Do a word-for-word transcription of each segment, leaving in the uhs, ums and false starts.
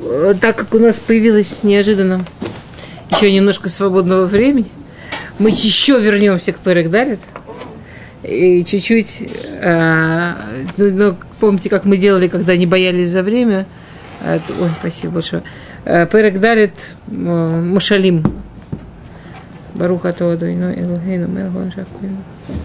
так как у нас появилось неожиданно еще немножко свободного времени, мы еще вернемся к Перек Далет. И чуть-чуть, э, ну, помните, как мы делали, когда не боялись за время. Ой, спасибо большое. Перек Далет Мушалим. Баруха Тоадой, но Элохейну Мелгон Шакуину.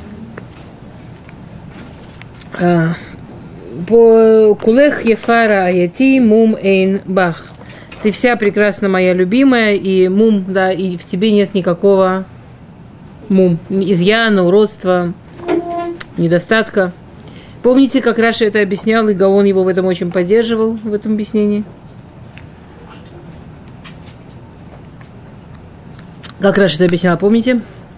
По Кулех Ефара Аяти Мум Эйн Бах. Ты вся прекрасна, моя любимая, и мум, да, и в тебе нет никакого мум, изъяна, уродства, недостатка. Помните, как Раша это объяснял, и Гаон его в этом очень поддерживал, в этом объяснении? Как Раша это объяснял, помните?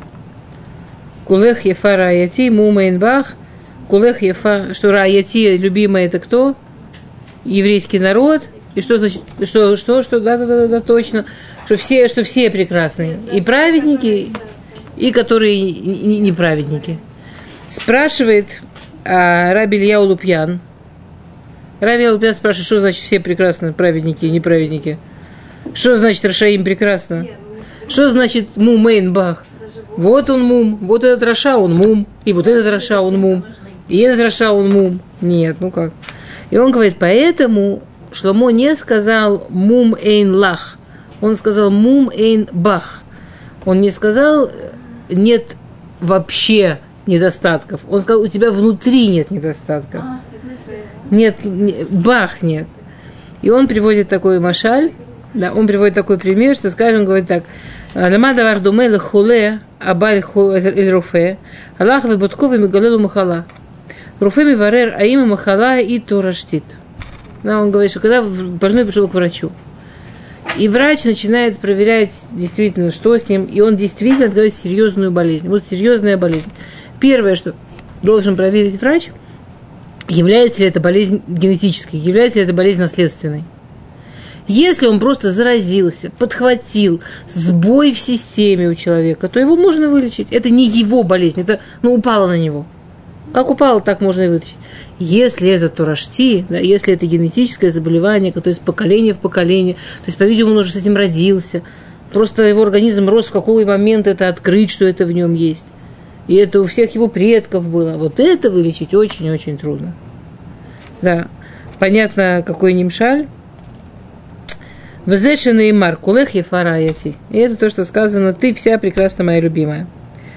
Кулех Ефара Аяти Мум Эйн Бах. Кулех Ефа, что Раяти, любимая, это кто? Еврейский народ. И что значит, что, что, что, да, да, да, да, точно, что все, что все прекрасные. И праведники, и которые не, не праведники. Спрашивает а, Раби Ильяу Лупьян. Раби Ильяу Лупьян спрашивает, что значит все прекрасные, праведники и неправедники. Что значит Рашаим прекрасно? Что значит Мумейн Бах? Вот он мум, вот этот Раша, он мум, и вот этот Раша, он мум. И этот Раша, он мум. Нет, ну как? И он говорит, поэтому Шломо не сказал мум эйн лах. Он сказал мум эйн бах. Он не сказал нет вообще недостатков. Он сказал, у тебя внутри нет недостатков. Нет, не, бах нет. И он приводит такой машаль, да, он приводит такой пример, что, скажем, он говорит так. Ламада вардумеле хуле абаль эль руфе аллах вебутков и мегалелу махала. Руфе миварер аима махала и тораштит. Да, он говорит, что когда больной пришел к врачу, и врач начинает проверять действительно, что с ним, и он действительно говорит серьезную болезнь. Вот серьезная болезнь. Первое, что должен проверить врач, является ли эта болезнь генетической, является ли эта болезнь наследственной. Если он просто заразился, подхватил сбой в системе у человека, то его можно вылечить. Это не его болезнь, это ну, упало на него. Как упало, так можно и вытащить. Если это турашти, да, если это генетическое заболевание, то есть поколение в поколение, то есть, по-видимому, он уже с этим родился, просто его организм рос, в какой момент это открыть, что это в нем есть. И это у всех его предков было. Вот это вылечить очень-очень трудно. Да, понятно, какой нимшаль. Везешина и мар, кулех ефара яти. И это то, что сказано, ты вся прекрасна, моя любимая.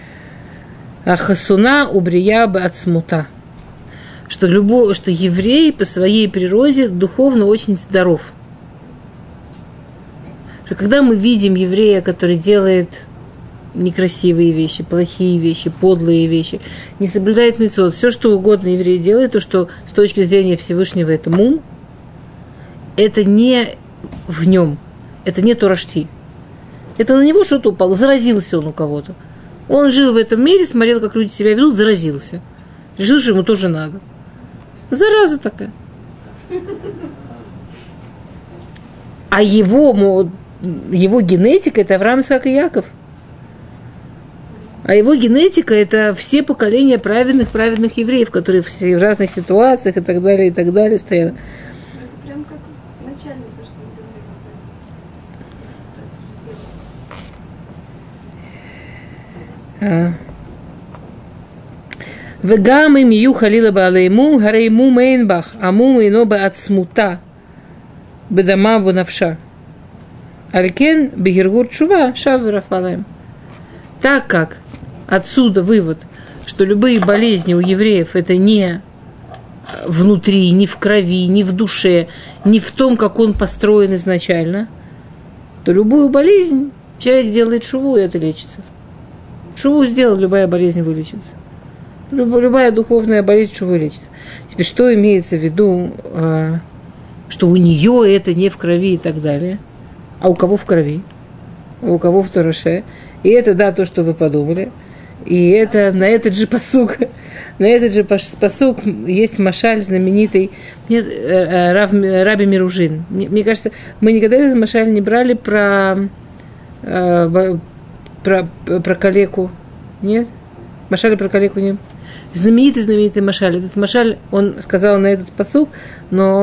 Ахасуна убрия от смута. Что, любой, что еврей по своей природе духовно очень здоров. Что когда мы видим еврея, который делает некрасивые вещи, плохие вещи, подлые вещи, не соблюдает мицвот, все, что угодно еврей делает, то, что с точки зрения Всевышнего это мум, это не в нем, это не турашти. Это на него что-то упало, заразился он у кого-то. Он жил в этом мире, смотрел, как люди себя ведут, заразился. Решил, что ему тоже надо. Зараза такая. А его, его генетика – это Авраам, Исаак и Яков. А его генетика – это все поколения праведных, праведных евреев, которые в разных ситуациях и так далее, и так далее стояли. Это прям как в начале то, что вы говорили. А. וגם אם יהיו חלילה בעלי מום, הרי מום אין בך, המום אינו בעצמותה, בדמה ובנפשה. על כן, בהרגור תשובה, שב ורפא להם. Так как отсюда вывод, что любые болезни у евреев это не внутри, не в крови, не в душе, не в том, как он построен изначально, то любую болезнь человек делает шуву, и это лечится. Шуву сделал, любая болезнь вылечится. Любая духовная болезнь шуву лечится. Теперь, что имеется в виду, что у нее это не в крови и так далее, а у кого в крови, а у кого в Тораше. И это, да, то, что вы подумали. И это на этот же пасук, на этот же пасук есть машаль знаменитый мне, э, Рав, Раби Миружин. Мне, мне кажется, мы никогда этот машаль не брали про, э, про, про калеку. Нет? Машаль про калеку нет. Знаменитый, знаменитый машаль. Этот машаль, он сказал на этот пасук, но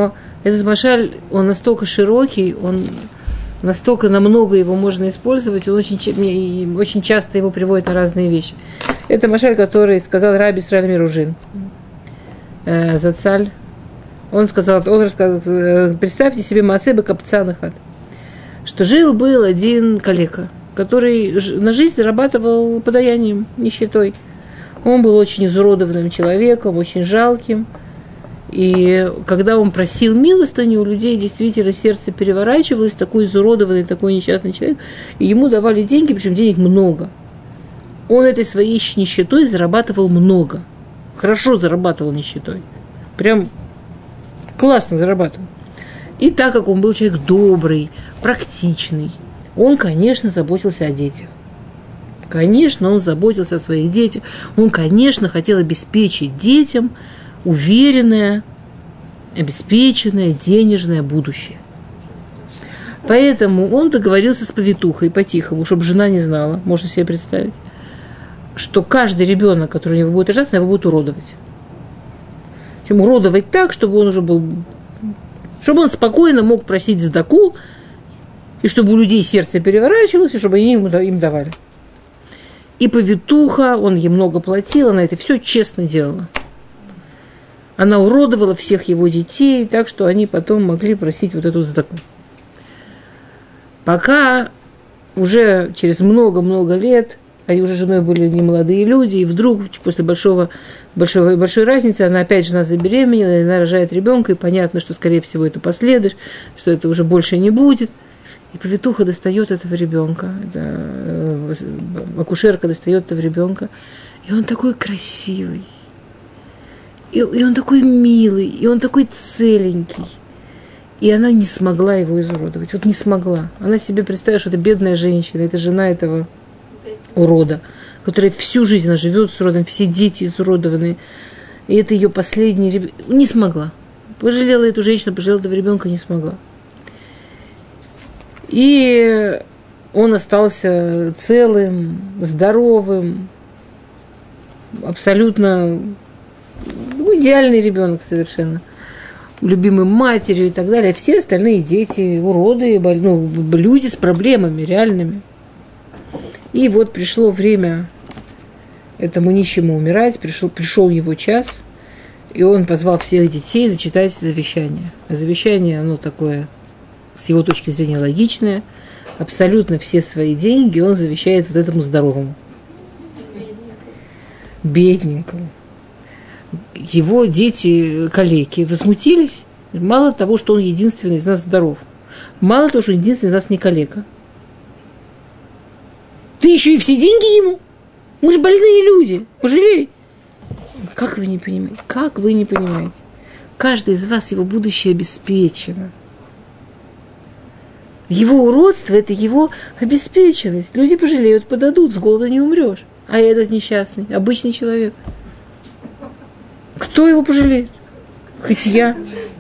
Этот машаль, он настолько широкий, он настолько намного его можно использовать, он очень, очень часто его приводит на разные вещи. Это машаль, который сказал Раби Исраэль Миружин, э, Зацаль. Он сказал, он рассказал, представьте себе Маасеба Капцанахат, что жил-был один калека, который на жизнь зарабатывал подаянием, нищетой. Он был очень изуродованным человеком, очень жалким. И когда он просил милостыню, у людей действительно сердце переворачивалось, такой изуродованный, такой несчастный человек. И ему давали деньги, причем денег много. Он этой своей нищетой зарабатывал много. Хорошо зарабатывал нищетой. Прям классно зарабатывал. И так как он был человек добрый, практичный, он, конечно, заботился о детях. Конечно, он заботился о своих детях. Он, конечно, хотел обеспечить детям уверенное, обеспеченное, денежное будущее. Поэтому он договорился с повитухой по-тихому, чтобы жена не знала, можно себе представить, что каждый ребенок, который у него будет рождаться, его будут уродовать. Причем уродовать так, чтобы он уже был, чтобы он спокойно мог просить сдаку, и чтобы у людей сердце переворачивалось, и чтобы они ему, им давали. И повитуха, он ей много платил, она это все честно делала. Она уродовала всех его детей, так что они потом могли просить вот эту сдаку. Пока уже через много-много лет, они уже с женой были немолодые люди, и вдруг после большого, большой, большой разницы она опять жена забеременела, и она рожает ребенка, и понятно, что, скорее всего, это последуешь, что это уже больше не будет. И повитуха достает этого ребенка, это, акушерка достает этого ребенка, и он такой красивый. И, и он такой милый, и он такой целенький. И она не смогла его изуродовать. Вот не смогла. Она себе представила, что это бедная женщина, это жена этого урода, которая всю жизнь она живет с уродом, все дети изуродованные. И это ее последний ребенок. Не смогла. Пожалела эту женщину, пожалела этого ребенка, не смогла. И он остался целым, здоровым, абсолютно идеальный ребенок совершенно, любимым матерью и так далее. А все остальные дети, уроды, ну, люди с проблемами реальными. И вот пришло время этому нищему умирать, пришел, пришел его час, и он позвал всех детей зачитать завещание. А завещание, оно такое, с его точки зрения, логичное. Абсолютно все свои деньги он завещает вот этому здоровому. Бедненькому. Его дети, калеки, возмутились. Мало того, что он единственный из нас здоров. Мало того, что он единственный из нас не калека. Ты еще и все деньги ему? Мы же больные люди. Пожалей. Как вы не понимаете? Как вы не понимаете? Каждый из вас, его будущее обеспечено. Его уродство – это его обеспеченность. Люди пожалеют, подадут, с голода не умрешь. А этот несчастный, обычный человек. Кто его пожалеет? Хоть я.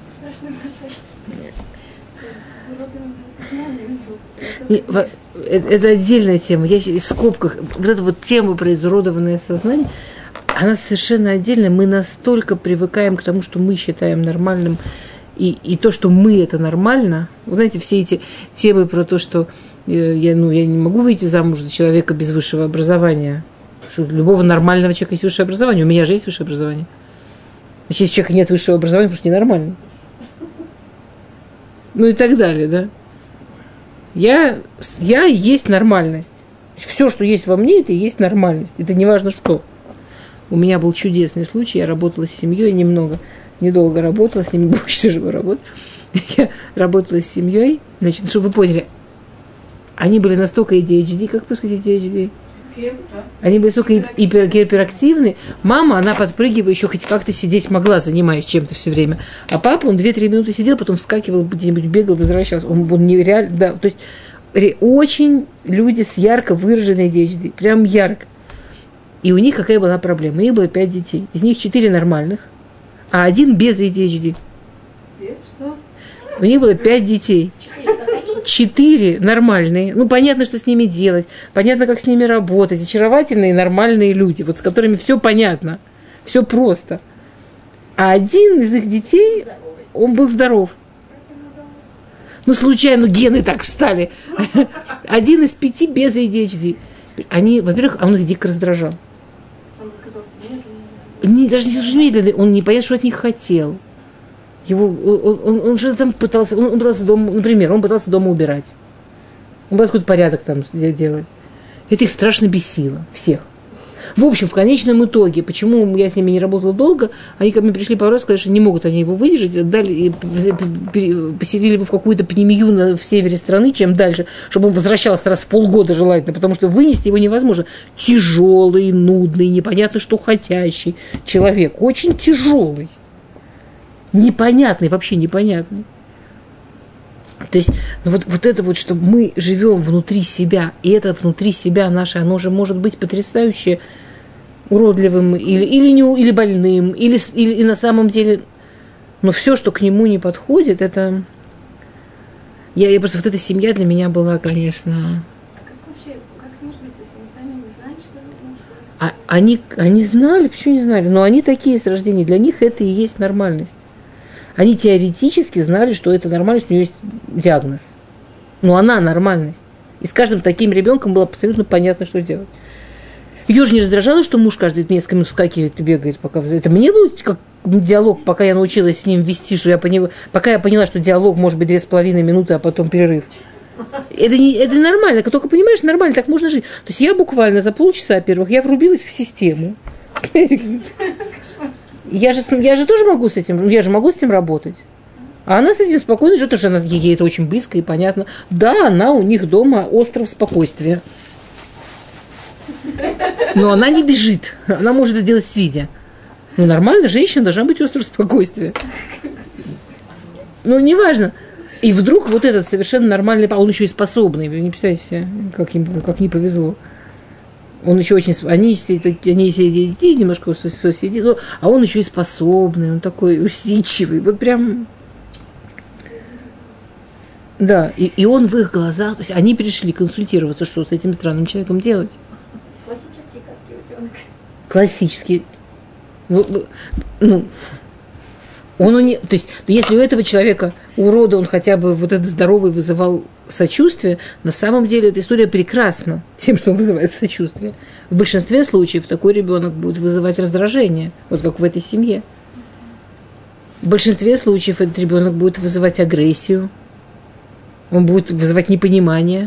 Это, это отдельная тема. Я в скобках. Вот эта вот тема про изуродованное сознание, она совершенно отдельная. Мы настолько привыкаем к тому, что мы считаем нормальным, и, и то, что мы это нормально. Вы знаете, все эти темы про то, что я, ну, я не могу выйти замуж за человека без высшего образования. Что у любого нормального человека есть высшее образование. У меня же есть высшее образование. Значит, если у человека нет высшего образования, потому что ненормально. Ну и так далее, да. Я, я есть нормальность. Все, что есть во мне, это и есть нормальность. Это не важно что. У меня был чудесный случай. Я работала с семьей немного, недолго работала, с ними больше живу работать. Я работала с семьей. Значит, чтобы вы поняли, они были настолько эй ди эйч ди, как сказать, эй ди эйч ди? Они были настолько гипер, гиперактивны. Мама, она подпрыгивая, еще хоть как-то сидеть могла, занимаясь чем-то все время. А папа, он две-три минуты сидел, потом вскакивал, где-нибудь бегал, возвращался. Он, он нереально, да, то есть очень люди с ярко выраженной эй ди эйч ди, прям ярко. И у них какая была проблема? У них было пять детей. Из них четыре нормальных, а один без эй ди эйч ди. Без что? У них было пять детей. Четыре нормальные. Ну, понятно, что с ними делать. Понятно, как с ними работать. Очаровательные, нормальные люди, вот с которыми все понятно. Все просто. А один из их детей, он был здоров. Ну, случайно гены так встали. Один из пяти без эй ди эйч ди. Они, во-первых, он их дико раздражал. Он оказался медленным. Не, даже не медленный, он не понятно, что от них хотел. Его, он, он, он же там пытался, он, он пытался дома, например, он пытался дома убирать. Он пытался какой-то порядок там делать. Это их страшно бесило, всех. В общем, в конечном итоге, почему я с ними не работала долго, они ко мне пришли пару раз, сказали, что не могут они его выдержать, отдали, и поселили его в какую-то пневмию на, в севере страны, чем дальше, чтобы он возвращался раз в полгода желательно, потому что вынести его невозможно. Тяжелый, нудный, непонятно что хотящий человек, очень тяжелый, непонятный, вообще непонятный. То есть ну вот, вот это вот, что мы живем внутри себя, и это внутри себя наше, оно же может быть потрясающе уродливым или, или, не, или больным, или, или и на самом деле, но все, что к нему не подходит, это... Я, я просто, вот эта семья для меня была, конечно... А как вообще, как это может быть, если они сами не знали, что... Ну, что... А, они, они знали, почему не знали? Но они такие с рождения, для них это и есть нормальность. Они теоретически знали, что это нормальность, у нее есть диагноз. Но она нормальность. И с каждым таким ребенком было абсолютно понятно, что делать. Ее же не раздражало, что муж каждые несколько минут вскакивает и бегает, пока... Это мне был как диалог, пока я научилась с ним вести, что я поняла... пока я поняла, что диалог может быть две с половиной минуты, а потом перерыв. Это, не, это нормально, как только понимаешь, нормально, так можно жить. То есть я буквально за полчаса, первых, я врубилась в систему. Я же, я же тоже могу с этим, я же могу с этим работать. А она с этим спокойно живет, потому что она, ей это очень близко и понятно. Да, она у них дома остров спокойствия. Но она не бежит. Она может это делать сидя. Ну, нормально, женщина должна быть остров спокойствия. Ну, неважно. И вдруг вот этот совершенно нормальный, он еще и способный. Вы не представляете, как им как не повезло. Он еще очень... Они все, они все детей немножко соседи, а он еще и способный, он такой усидчивый. Вот прям... Да, и, и он в их глазах... То есть они пришли консультироваться, что с этим странным человеком делать. Классический гадкий утенок. Классический. Ну... Он у не, то есть, если у этого человека, у урода, он хотя бы вот этот здоровый вызывал сочувствие, на самом деле эта история прекрасна тем, что он вызывает сочувствие. В большинстве случаев такой ребенок будет вызывать раздражение, вот как в этой семье. В большинстве случаев этот ребенок будет вызывать агрессию, он будет вызывать непонимание.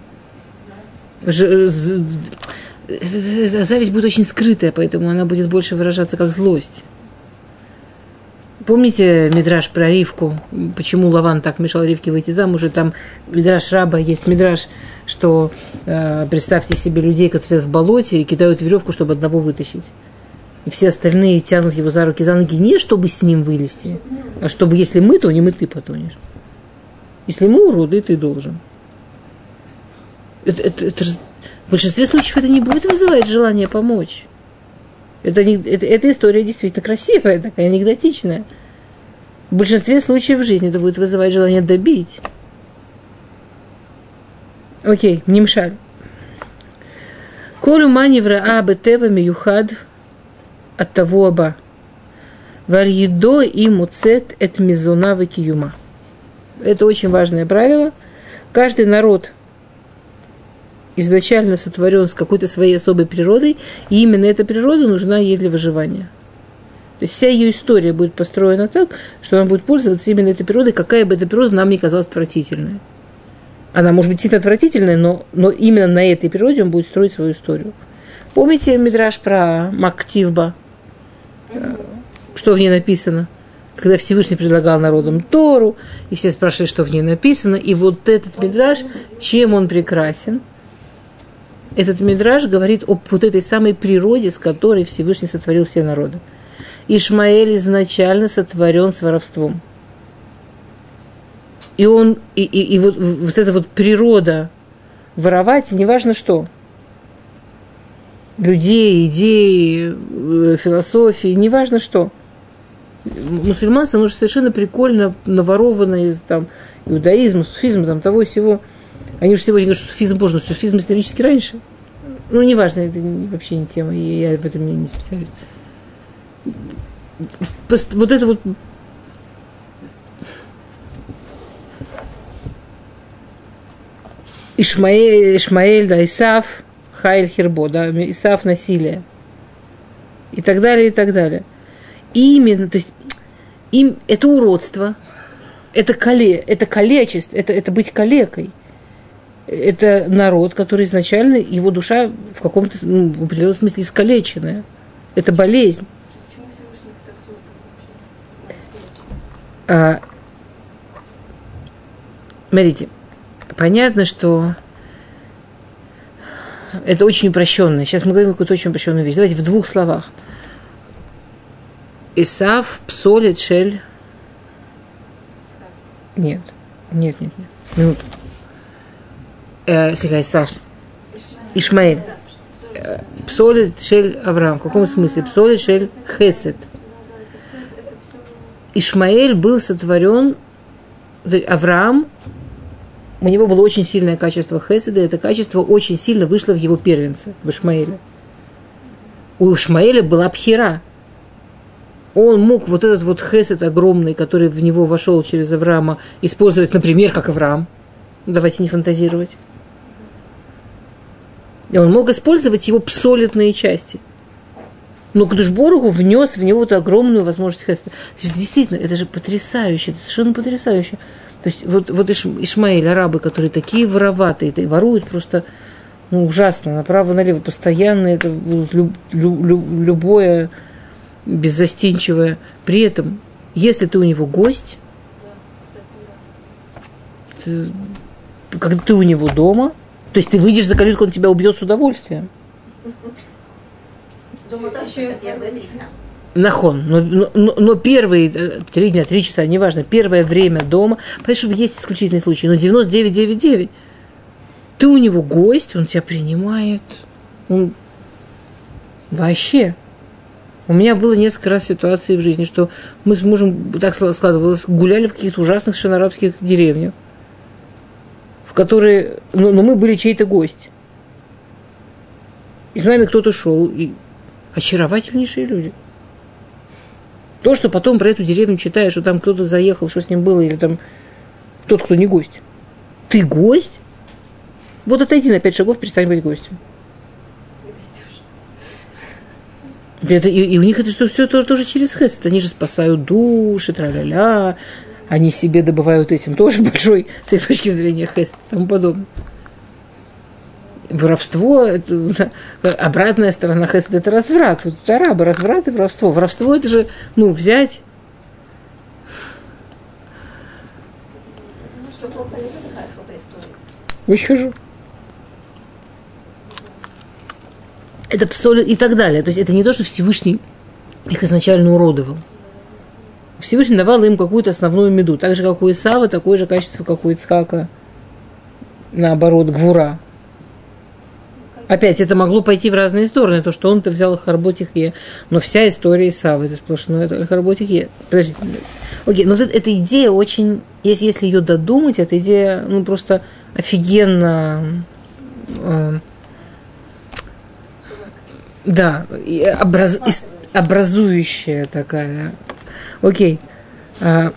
Зависть будет очень скрытая, поэтому она будет больше выражаться как злость. Помните мидраш про Ривку? Почему Лаван так мешал Ривке выйти замуж? И там мидраш раба, есть мидраш, что э, представьте себе людей, которые сидят в болоте и кидают веревку, чтобы одного вытащить. И все остальные тянут его за руки, за ноги не чтобы с ним вылезти, а чтобы если мы тонем, и ты потонешь. Если мы уроды, ты должен. Это, это, это, в большинстве случаев это не будет вызывать желание помочь. Это, это, эта история действительно красивая, такая анекдотичная. В большинстве случаев в жизни это будет вызывать желание добить. Окей, нимшаль. Колю маневра а бетева миюхад от того аба. Вальедо и муцет эт мизуна векиюма. Это очень важное правило. Каждый народ изначально сотворен с какой-то своей особой природой, и именно эта природа нужна ей для выживания. То есть вся ее история будет построена так, что она будет пользоваться именно этой природой, какая бы эта природа нам ни казалась отвратительной. Она может быть сильно отвратительная, но, но именно на этой природе он будет строить свою историю. Помните мидраш про Мактивба? Что в ней написано? Когда Всевышний предлагал народам Тору, и все спрашивали, что в ней написано, и вот этот мидраш, чем он прекрасен? Этот мидраш говорит об вот этой самой природе, с которой Всевышний сотворил все народы. Ишмаэль изначально сотворен с воровством. И он, и, и, и вот, вот эта вот природа воровать, неважно что, людей, идеи, философии, неважно что. Мусульманство, оно же совершенно прикольно наворовано из там, иудаизма, суфизма, там, того и сего. Они уже сегодня говорят, что суфизм можно, суфизм исторически раньше. Ну, неважно, это вообще не тема, я, я в этом не специалист. Вот это вот... Ишмаэль, Ишмаэль, да, Исав, Хайль Хербо, да, Исав насилие. И так далее, и так далее. И именно, то есть, им, это уродство, это, кале, это калечество, это, это быть калекой. Это народ, который изначально, его душа в каком-то, ну, в определенном смысле искалеченная. Это болезнь. Почему Всевышний их так создал? А, смотрите, понятно, что это очень упрощенно. Сейчас мы говорим какую-то очень упрощенную вещь. Давайте в двух словах. Исав, псолит, шель. Нет, нет, нет, нет. Минуту. Э, Слегка, Исав. Ишмаэль. Э, псолит, шель, Авраам. В каком смысле? Псолит, шель, хесед. Ишмаэль был сотворен, Авраам, у него было очень сильное качество хеседа, и это качество очень сильно вышло в его первенце, в Ишмаэле. У Ишмаэля была пхера. Он мог вот этот вот хесед огромный, который в него вошел через Авраама, использовать, например, как Авраам. Давайте не фантазировать. И он мог использовать его псолитные части. Но Кадош Барух Ху внес в него эту огромную возможность хеседа. Действительно, это же потрясающе, это совершенно потрясающе. То есть вот, вот Иш, Ишмаэль, арабы, которые такие вороватые, воруют просто ну, ужасно, направо-налево, постоянно, это люб, люб, любое беззастенчивое. При этом, если ты у него гость, ты, когда ты у него дома, то есть ты выйдешь за калитку, он тебя убьет с удовольствием. Нахон. Но, но, но первые три дня, три часа, неважно, первое время дома, понимаешь, есть исключительные случаи, но девяносто девять целых девяносто девять ты у него гость, он тебя принимает. Он... Вообще. У меня было несколько раз ситуации в жизни, что мы с мужем, так складывалось, гуляли в каких-то ужасных шанарабских деревнях, в которые, ну, но мы были чей-то гость. И с нами кто-то шел, и очаровательнейшие люди. То, что потом про эту деревню читаешь, что там кто-то заехал, что с ним было, или там тот, кто не гость. Ты гость? Вот отойди на пять шагов, перестань быть гостем. Это, и, и у них это что, все тоже, тоже через хесед. Они же спасают души, тра-ля-ля. Они себе добывают этим тоже большой, с их точки зрения, хесед и тому подобное. Воровство, это, обратная сторона хеседа – это разврат. Вот это арабы, разврат и воровство. Воровство – это же, ну, взять… Очень хорошо. Это псоль и так далее. То есть это не то, что Всевышний их изначально уродовал. Всевышний давал им какую-то основную меду. Так же, как у Исава, такое же качество, как у Ицхака. Наоборот, гвура. Опять, это могло пойти в разные стороны. То, что он-то взял Харботихе. Но вся история Исава, это сплошное Харботихе. Подождите. Окей, но вот эта, эта идея очень… Если, если ее додумать, эта идея, ну, просто офигенно… Э, да, образ, образующая такая. Окей. А,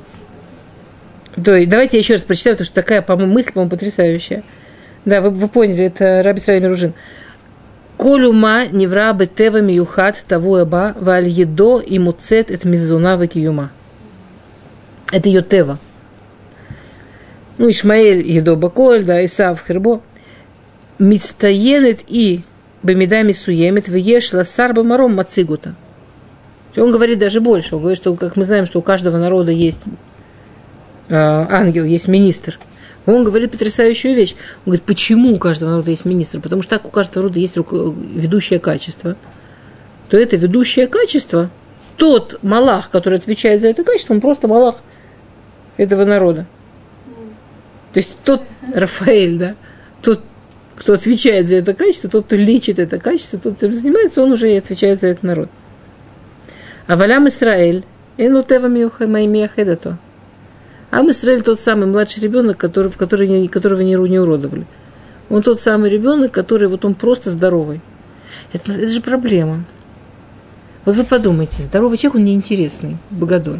то, давайте я еще раз прочитаю, потому что такая, по-моему, мысль, по-моему, потрясающая. Да, вы, вы поняли, это Раби Исраэль Миружин. Колюма невра бетева миюхат того эба валь едо и муцет эт мизуна вакиюма. Это ее тева. Ну, Ишмаэль едо баколь, да, Исав хербо. Мицтаенет и бемидами суемет вееш ласар бамаром мацигута. Он говорит даже больше. Он говорит, что, как мы знаем, что у каждого народа есть э, ангел, есть министр. Он говорит потрясающую вещь. Он говорит, почему у каждого народа есть министр? Потому что так у каждого народа есть руко- ведущее качество. То это ведущее качество, тот малах, который отвечает за это качество, он просто малах этого народа. То есть тот Рафаэль, да, тот, кто отвечает за это качество, тот, кто лечит это качество, тот, кто им занимается, он уже и отвечает за этот народ. А валям Исраэль, эн лутева миохедато. Ам Исраэль тот самый младший ребенок, который, в который, которого не, не уродовали. Он тот самый ребенок, который вот он просто здоровый. Это, это же проблема. Вот вы подумайте, здоровый человек, он неинтересный, богодоль.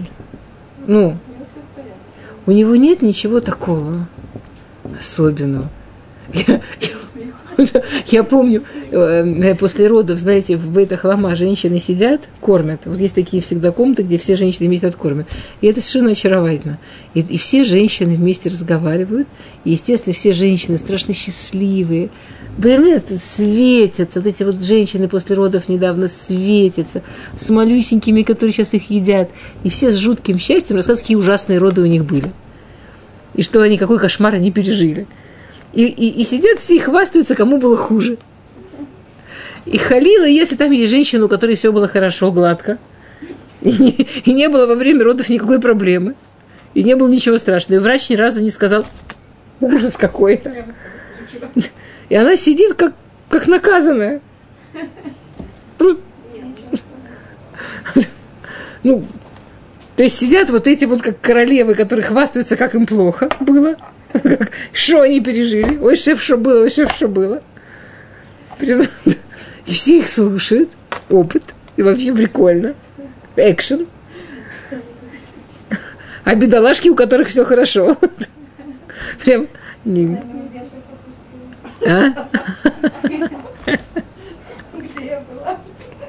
Ну, у него нет ничего такого особенного. Я, я помню, после родов, знаете, в Бейт-Ахлама женщины сидят, кормят. Вот есть такие всегда комнаты, где все женщины вместе кормят. И это совершенно очаровательно. И, и все женщины вместе разговаривают. И, естественно, все женщины страшно счастливые. Бэмет, светятся. Вот эти вот женщины после родов недавно светятся. С малюсенькими, которые сейчас их едят. И все с жутким счастьем рассказывают, какие ужасные роды у них были. И что они, какой кошмар они пережили. И, и, и сидят все и хвастаются, кому было хуже. И халила, если там есть женщина, у которой все было хорошо, гладко, и не, и не было во время родов никакой проблемы, и не было ничего страшного, и врач ни разу не сказал, ужас какой-то. И она сидит, как, как наказанная. Просто... Ну, то есть сидят вот эти вот как королевы, которые хвастаются, как им плохо было. Что они пережили? Ой, шеф, что было, ой, шеф, что было. И все их слушают. Опыт. И вообще прикольно. Экшен. А бедолашки, у которых все хорошо. Прям... Не... А? Где я была?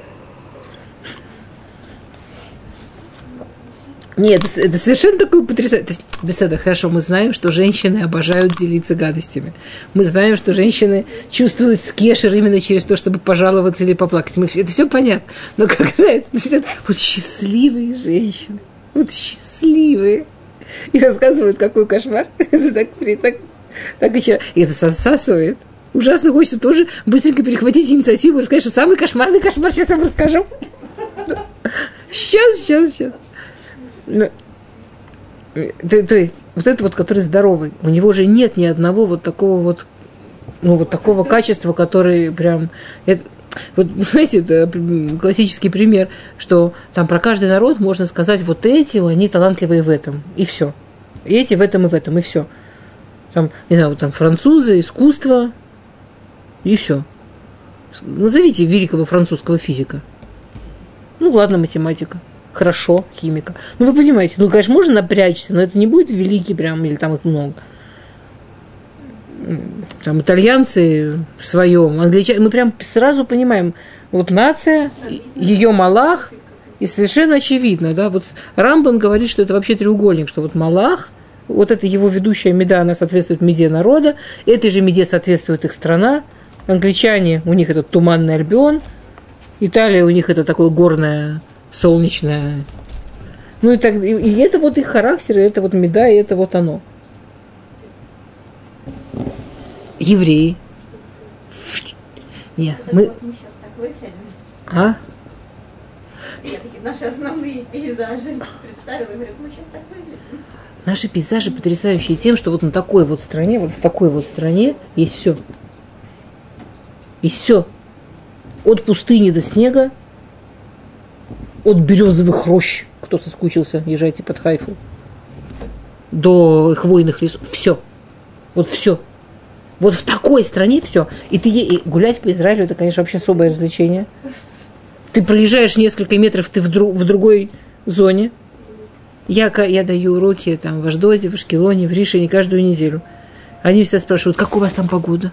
Нет, это совершенно такое потрясающее. Беседа, хорошо, мы знаем, что женщины обожают делиться гадостями. Мы знаем, что женщины чувствуют скешер именно через то, чтобы пожаловаться или поплакать. Мы, это все понятно. Но как знаете, вот счастливые женщины, вот счастливые. И рассказывают, какой кошмар. Это так, так, так и, и это сосасывает. Ужасно хочется тоже быстренько перехватить инициативу и рассказать, что самый кошмарный кошмар сейчас я вам расскажу. Сейчас, сейчас, сейчас. Ну, то, то есть, вот этот вот, который здоровый, у него же нет ни одного вот такого вот, ну, вот такого качества, который прям... Это, вот, знаете, это классический пример, что там про каждый народ можно сказать, вот эти, они талантливые в этом, и все. И эти в этом, и в этом, и все. Там, не знаю, вот там французы, искусство, и все. Назовите великого французского физика. Ну, ладно, математика. Хорошо, химика. Ну, вы понимаете, ну, конечно, можно напрячься, но это не будет великий прям, или там их много. Там итальянцы в своем, англичане, мы прям сразу понимаем, вот нация, ее Малах, и совершенно очевидно, да, вот Рамбан говорит, что это вообще треугольник, что вот Малах, вот это его ведущая меда, она соответствует меде народа, этой же меде соответствует их страна, англичане, у них это туманный Альбион, Италия, у них это такое горное, солнечное. Ну и так, и, и это вот их характер, и это вот меда, и это вот оно. Евреи. Нет, мы... Мы сейчас так выглядим. А? Я такие наши основные пейзажи представила и говорю, мы сейчас так выглядим. Наши пейзажи потрясающие тем, что вот на такой вот стране, вот в такой вот стране есть все. Есть все. От пустыни до снега, от березовых рощ, кто соскучился, езжайте под Хайфу, до хвойных лесов. Все. Вот все. Вот в такой стране все. И ты и гулять по Израилю, это, конечно, вообще особое развлечение. Ты проезжаешь несколько метров, ты в, друг, в другой зоне. Я, я даю уроки там, в Ашдоде, в Ашкелоне, в Ришине каждую неделю. Они всегда спрашивают, как у вас там погода?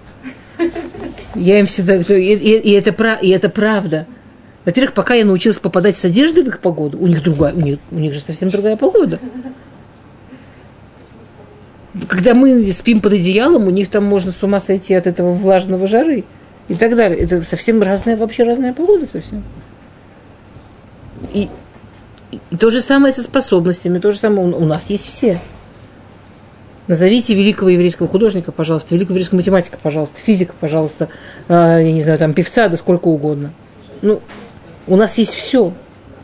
Я им всегда... И, и, и, это, и это правда. Во-первых, пока я научилась попадать с одеждой в их погоду, у них другая, у них, у них же совсем другая погода. Когда мы спим под одеялом, у них там можно с ума сойти от этого влажного жары и так далее. Это совсем разная, вообще разная погода совсем. И, и то же самое со способностями, то же самое у нас есть все. Назовите великого еврейского художника, пожалуйста, великого еврейского математика, пожалуйста, физика, пожалуйста, э, я не знаю, там певца, да сколько угодно. Ну, у нас есть все.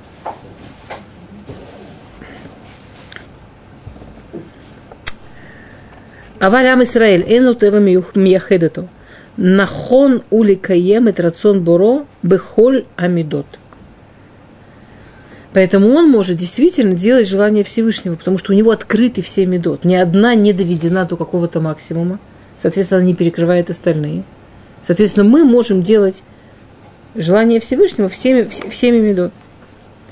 Аваль ам Исраэль, эну тева мияхедето, нахон уликаем et рацион боро бехоль амидот. Поэтому он может действительно делать желание Всевышнего, потому что у него открыты все медот. Ни одна не доведена до какого-то максимума. Соответственно, она не перекрывает остальные. Соответственно, мы можем делать желание Всевышнего всеми, всеми медот.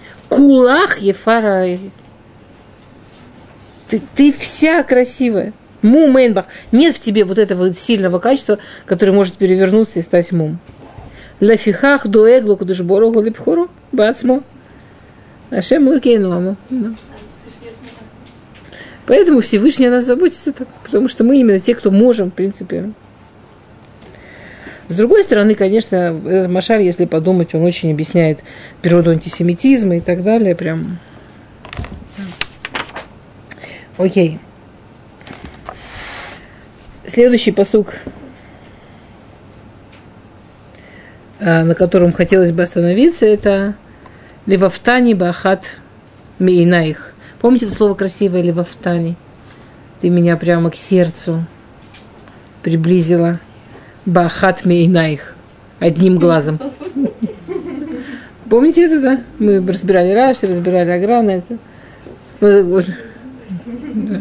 Кулах ефара. Ты, ты вся красивая. Мум мейнбах. Нет в тебе вот этого сильного качества, которое может перевернуться и стать мум. Лафихах дуэг лукудушбору голибхору бацмо. Ашем лукейному. Поэтому Всевышний о нас заботится так, потому что мы именно те, кто можем, в принципе. С другой стороны, конечно, этот Машаль, если подумать, он очень объясняет природу антисемитизма и так далее. Прям. Окей. Следующий пасук, на котором хотелось бы остановиться, это «Левафтани бахат мейнаих». Помните это слово красивое «Левафтани»? Ты меня прямо к сердцу приблизила. «Бахат мейнаих» одним глазом. Помните это, да? Мы разбирали Раши, разбирали Аграна. Это. Да.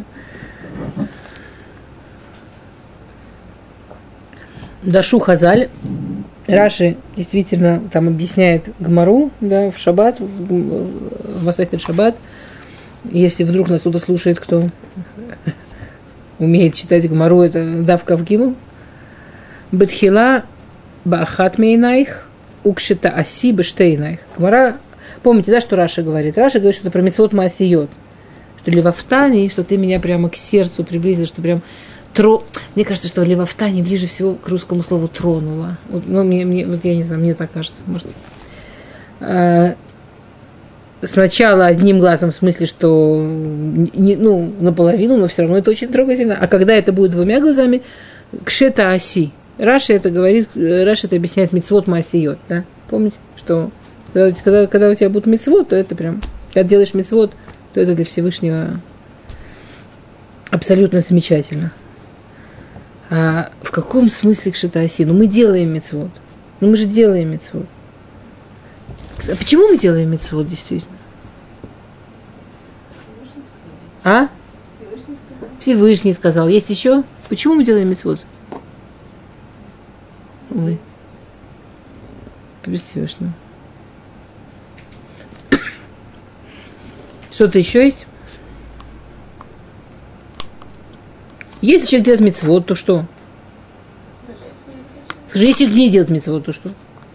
Дашу Хазаль. Раши действительно там объясняет Гмару, да, в Шаббат, в Масехет Шаббат. Если вдруг нас кто-то слушает, кто умеет читать Гмару, это Давка в Гимл. Бетхила баахат мейнаих, укшита аси бештейнаих. Гмара, помните, да, что Раши говорит? Раши говорит, что это про мицвот маасиот. Что левафтани, что ты меня прямо к сердцу приблизил, что прям тро... Мне кажется, что левафтани ближе всего к русскому слову тронула. Вот, ну, мне, мне, вот я не знаю, мне так кажется. Может. А, сначала одним глазом, в смысле, что не, ну, наполовину, но все равно это очень трогательно. А когда это будет двумя глазами, кшета аси. Раши это говорит, Раши это объясняет мицвот маасиот, да? Помните, что когда, когда, когда у тебя будет мицвот, то это прям, когда делаешь мицвот, то это для Всевышнего абсолютно замечательно. А в каком смысле кшета аси? Ну, мы делаем мицвот. Ну, мы же делаем мицвот. А почему мы делаем мицвот, действительно? А? Всевышний сказал. Есть еще? Почему мы делаем мицвот? Ой. Без Всевышнего. Что-то еще есть? Если человек делает мицвот, то что? Скажи, если человек не делает мицвот, то что?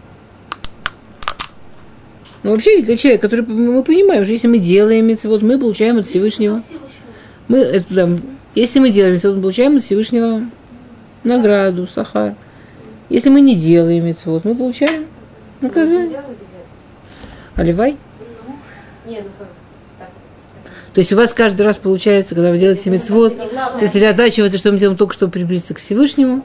Ну, вообще, человек, который мы понимаем, что если мы делаем мицвот, мы получаем от Всевышнего. Мы, это, да, если мы делаем мицвот, мы получаем от Всевышнего награду, сахар. Если мы не делаем мицвот, мы получаем наказание. Оливай? То есть у вас каждый раз получается, когда вы делаете мицвот, сосредотачивается, что мы делаем только, чтобы приблизиться к Всевышнему.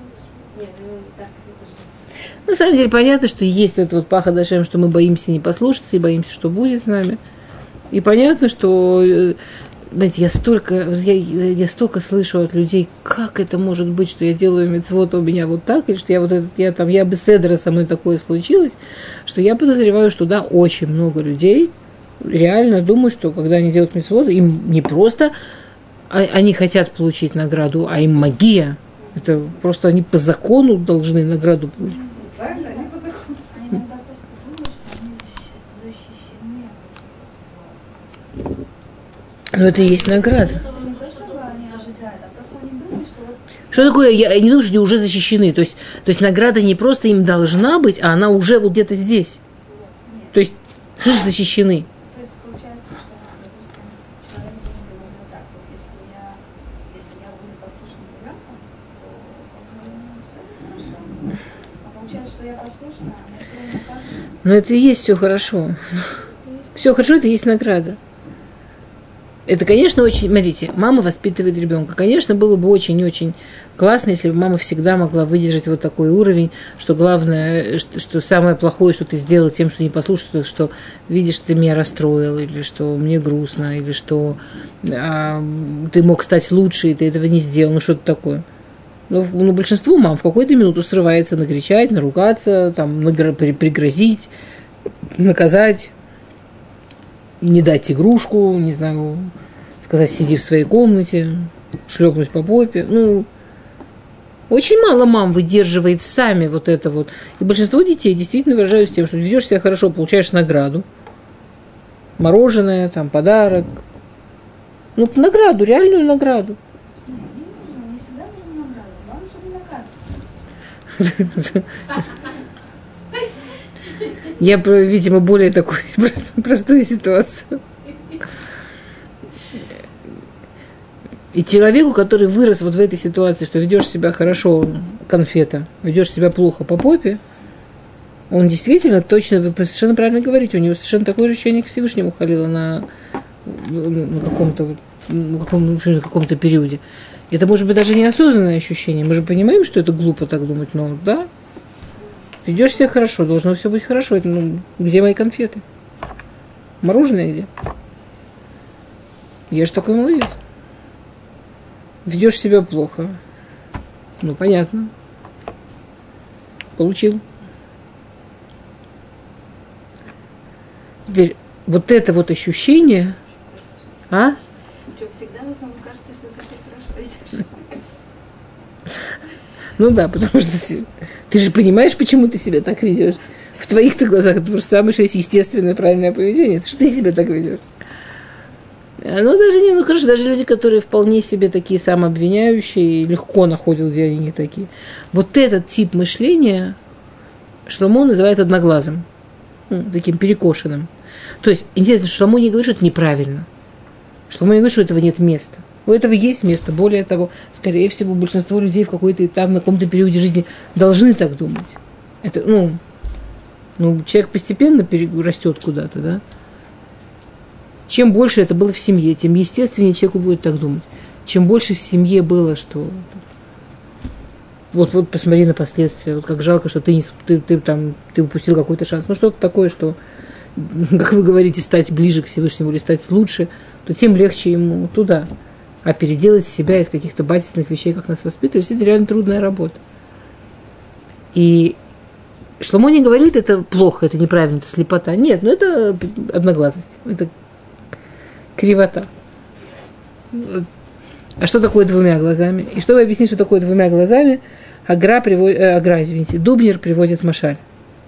На самом деле понятно, что есть этот вот паха дашем, что мы боимся не послушаться и боимся, что будет с нами. И понятно, что, знаете, я столько, я, я столько слышу от людей, как это может быть, что я делаю мицвот, а у меня вот так, или что я вот этот, я там, я бы седра, со мной такое случилось, что я подозреваю, что да, очень много людей реально думают, что когда они делают мицвот, им не просто они хотят получить награду, а им магия. Это просто они по закону должны награду получить. Правильно, они по закону. Они иногда просто думают, что они защищены от этой ситуации. Но это и есть награда. Это уже не то, что они ожидают, а просто они думают, что вот... Что такое? Я, они думают, что они уже защищены. То есть, то есть награда не просто им должна быть, а она уже вот где-то здесь. Нет. То есть, что же защищены? То есть получается, что, допустим, человек думает именно так. Вот если я, если я буду послушным ребенком, то ну, все хорошо. А получается, что я послушна, а мне все равно кажется. Но это и есть все хорошо. Все хорошо, это и есть награда. Это, конечно, очень... Смотрите, мама воспитывает ребенка. Конечно, было бы очень-очень классно, если бы мама всегда могла выдержать вот такой уровень, что главное, что, что самое плохое, что ты сделал тем, что не послушал, что видишь, ты меня расстроил, или что мне грустно, или что а, ты мог стать лучше, и ты этого не сделал, ну что-то такое. Но, но большинство мам в какую-то минуту срывается накричать, наругаться, там, нагр... пригрозить, наказать. Не дать игрушку, не знаю, сказать, сиди в своей комнате, шлепнуть по попе. Ну, очень мало мам выдерживает сами вот это вот. И большинство детей действительно выражаются тем, что ведешь себя хорошо, получаешь награду. Мороженое, там, подарок. Ну, награду, реальную награду. Не Я, видимо, более такую простую ситуацию. И человеку, который вырос вот в этой ситуации, что ведешь себя хорошо, конфета, ведешь себя плохо по попе, он действительно точно, вы совершенно правильно говорите, у него совершенно такое же ощущение к Всевышнему халило на, на каком-то, на каком, на каком-то периоде. Это может быть даже неосознанное ощущение. Мы же понимаем, что это глупо так думать, но да, ведешь себя хорошо, должно все быть хорошо. Это, ну, где мои конфеты? Мороженое где? Я же такой молодец. Ведешь себя плохо. Ну, понятно. Получил. Теперь вот это вот ощущение, а? Всегда в основном кажется, что ты себя хорошо ведешь. Ну да, потому что ты же понимаешь, почему ты себя так ведешь. В твоих-то глазах это просто самое, что есть естественное правильное поведение. Это что ты себя так ведешь. Ну, даже не, ну хорошо, даже люди, которые вполне себе такие самообвиняющие, легко находят, где они не такие. Вот этот тип мышления Шломо называет одноглазым, ну, таким перекошенным. То есть, интересно, Шломо не говорит, что это неправильно. Шломо не говорит, что этого нет места. У этого есть место. Более того, скорее всего, большинство людей в какой-то этап, на каком-то периоде жизни должны так думать. Это, ну, ну человек постепенно растет куда-то, да. Чем больше это было в семье, тем естественнее человеку будет так думать. Чем больше в семье было, что вот, вот посмотри на последствия, вот как жалко, что ты, не, ты, ты, там, ты упустил какой-то шанс. Ну, что-то такое, что, как вы говорите, стать ближе к Всевышнему или стать лучше, то тем легче ему туда. А переделать себя из каких-то базисных вещей, как нас воспитывают, это реально трудная работа. И Шломо не говорит, это плохо, это неправильно, это слепота. Нет, ну это одноглазость, это кривота. А что такое двумя глазами? И чтобы объяснить, что такое двумя глазами, Агра, приводит, э, Агра, извините, Дубнер приводит машаль.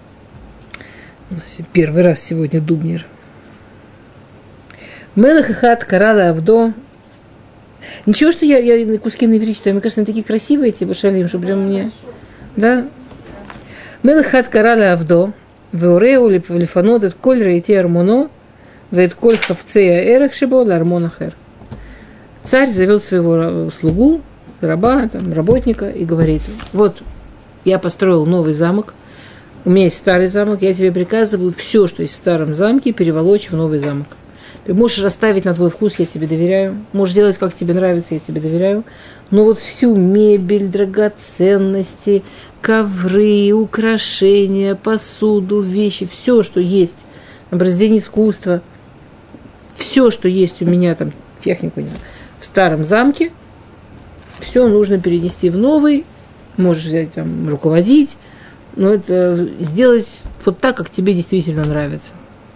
Первый раз сегодня Дубнер. Мелах и хат карала авдо. Ничего, что я, я куски на иврите читаю, мне кажется, они такие красивые, эти башалим, что прям мне... Да? Мелах хат карала авдо, веореу лифанот эт коль рейти армоно, веет коль хавцея эрех шибо лармонахер. Царь завел своего слугу, раба, там, работника, и говорит: вот я построил новый замок, у меня есть старый замок, я тебе приказываю все, что есть в старом замке, переволочь в новый замок. Ты можешь расставить на твой вкус, я тебе доверяю, можешь делать, как тебе нравится, я тебе доверяю, но вот всю мебель, драгоценности, ковры, украшения, посуду, вещи, все, что есть, произведение искусства, все, что есть у меня, там, технику, не знаю, в старом замке, все нужно перенести в новый, можешь взять, там, руководить, но это сделать вот так, как тебе действительно нравится.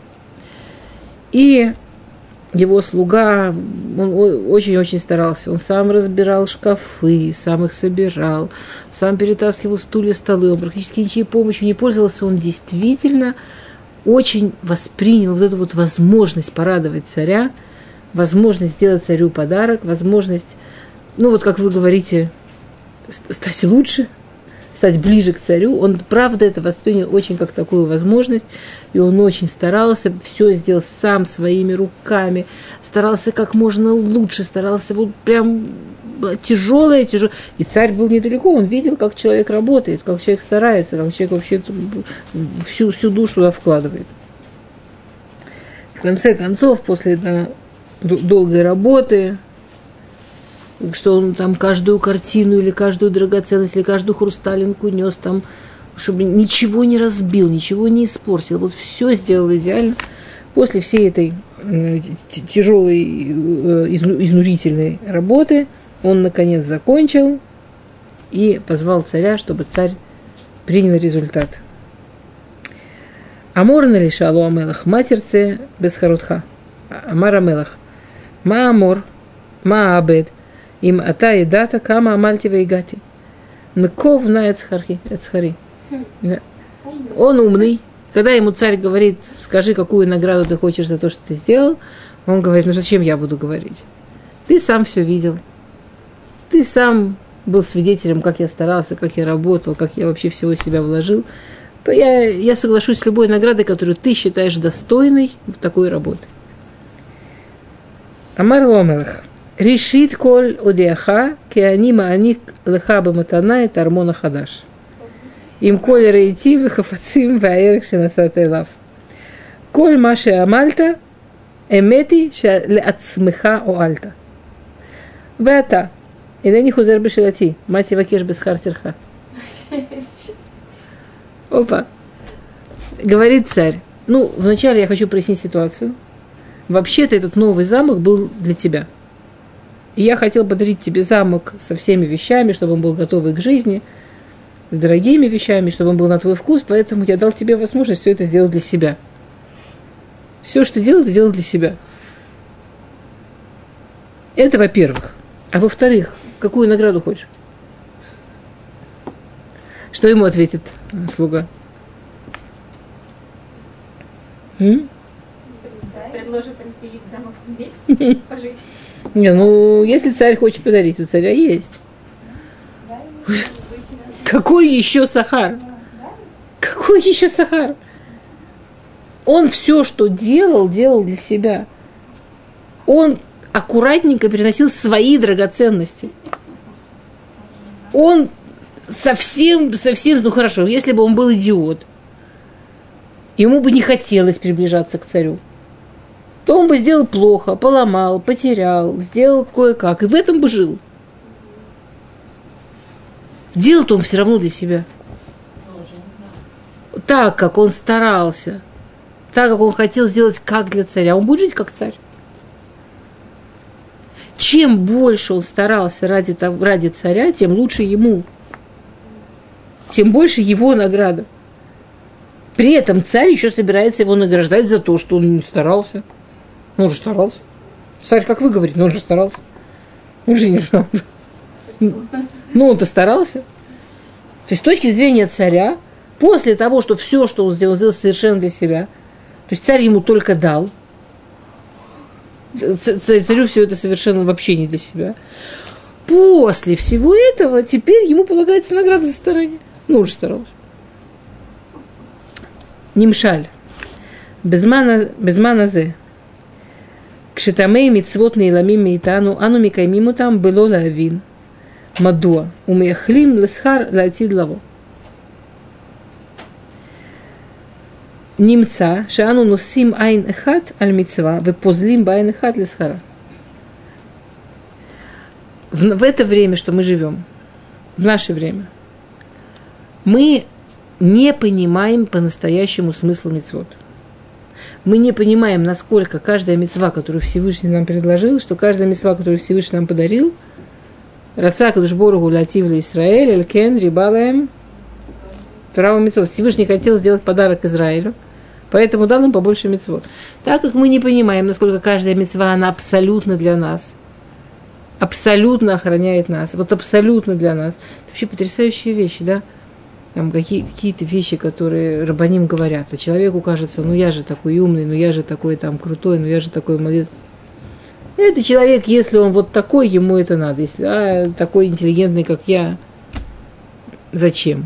И его слуга, он очень-очень старался, он сам разбирал шкафы, сам их собирал, сам перетаскивал стулья, столы, он практически ничьей помощью не пользовался, он действительно очень воспринял вот эту вот возможность порадовать царя, возможность сделать царю подарок, возможность, ну вот как вы говорите, стать лучше, стать ближе к царю. Он, правда, это воспринял очень как такую возможность, и он очень старался, все сделал сам своими руками, старался как можно лучше, старался вот прям тяжелое, тяжелое. И царь был недалеко, он видел, как человек работает, как человек старается, как человек вообще всю, всю душу туда вкладывает. В конце концов, после да, долгой работы, что он там каждую картину или каждую драгоценность, или каждую хрусталинку нес там, чтобы ничего не разбил, ничего не испортил. Вот все сделал идеально. После всей этой тяжелой, изнурительной работы он, наконец, закончил и позвал царя, чтобы царь принял результат. Амор налиша алу амелах матерце без харутха. Амар амелах. Ма амор, ма абед. Им ата и дата кама амальтива и гати. Нков на эцхари. Он умный. Когда ему царь говорит: скажи, какую награду ты хочешь за то, что ты сделал, он говорит: ну зачем я буду говорить? Ты сам все видел. Ты сам был свидетелем, как я старался, как я работал, как я вообще всего себя вложил. Я, я соглашусь с любой наградой, которую ты считаешь достойной в такой работы. Амар ломелах. Решит коль одиаха, кеани мааник леха баматана и тармона хадаш. Им коль рейти вихафацим ваэрх шенасатэ лав. Коль маше амальта, эмети леацмеха оальта. Вата. Инени хузер бешелати. Мати вакеш бесхартирха. Опа. Говорит царь. Ну, вначале я хочу прояснить ситуацию. Вообще-то этот новый замок был для тебя. И я хотел подарить тебе замок со всеми вещами, чтобы он был готовый к жизни, с дорогими вещами, чтобы он был на твой вкус, поэтому я дал тебе возможность все это сделать для себя. Все, что делал, ты делал для себя. Это во-первых. А во-вторых, какую награду хочешь? Что ему ответит слуга? М? Предложит разделить замок вместе, пожить. Не, ну, если царь хочет подарить, у царя есть. Какой еще сахар? Какой еще сахар? Он все, что делал, делал для себя. Он аккуратненько переносил свои драгоценности. Он совсем, совсем, ну хорошо, если бы он был идиот, ему бы не хотелось приближаться к царю, то он бы сделал плохо, поломал, потерял, сделал кое-как, и в этом бы жил. Делал-то он все равно для себя. Так, как он старался, так, как он хотел сделать как для царя, он будет жить как царь. Чем больше он старался ради, ради царя, тем лучше ему. Тем больше его награда. При этом царь еще собирается его награждать за то, что он не старался. Он же старался. Царь, как вы говорите, но он же старался. Он же не знал. Ну, он-то старался. То есть, с точки зрения царя, после того, что все, что он сделал, сделал совершенно для себя, то есть царь ему только дал, царю все это совершенно вообще не для себя. После всего этого теперь ему полагается награда за старание. Ну, уже старался. Нимшаль. Безмана зе. Кшитамей мицвот нейламим мейтану, ану микаймиму там было лавин. Мадуа. Умеяхлим лесхар латид лаво. Немца, шану носим айн эхат аль мицва, вепозлим байн эхат лесхара. В, в это время, что мы живем, в наше время, мы не понимаем по-настоящему смысла мицвот. Мы не понимаем, насколько каждая мицва, которую Всевышний нам предложил, что каждая мицва, которую Всевышний нам подарил, Раца кадош боругу латив ла Исраэль, элькен рибалаем Торау мицвот. Всевышний хотел сделать подарок Израилю, поэтому дал им побольше мицвот. Так как мы не понимаем, насколько каждая мицва, она абсолютно для нас, абсолютно охраняет нас, вот абсолютно для нас. Это вообще потрясающие вещи, да? Там какие, какие-то вещи, которые рабаним говорят, а человеку кажется, ну я же такой умный, ну я же такой там крутой, ну я же такой молодец. Это человек, если он вот такой, ему это надо. Если а, такой интеллигентный, как я, зачем?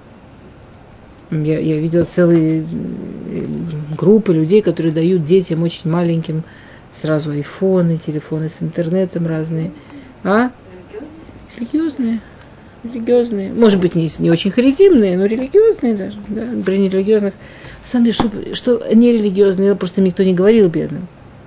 Я, я видела целые группы людей, которые дают детям очень маленьким сразу айфоны, телефоны с интернетом разные. А? Религиозные. Религиозные. Может быть, не, не очень харитимные, но религиозные даже. Да? При нерелигиозных. На самом деле, что, что нерелигиозные, просто никто не говорил бедным.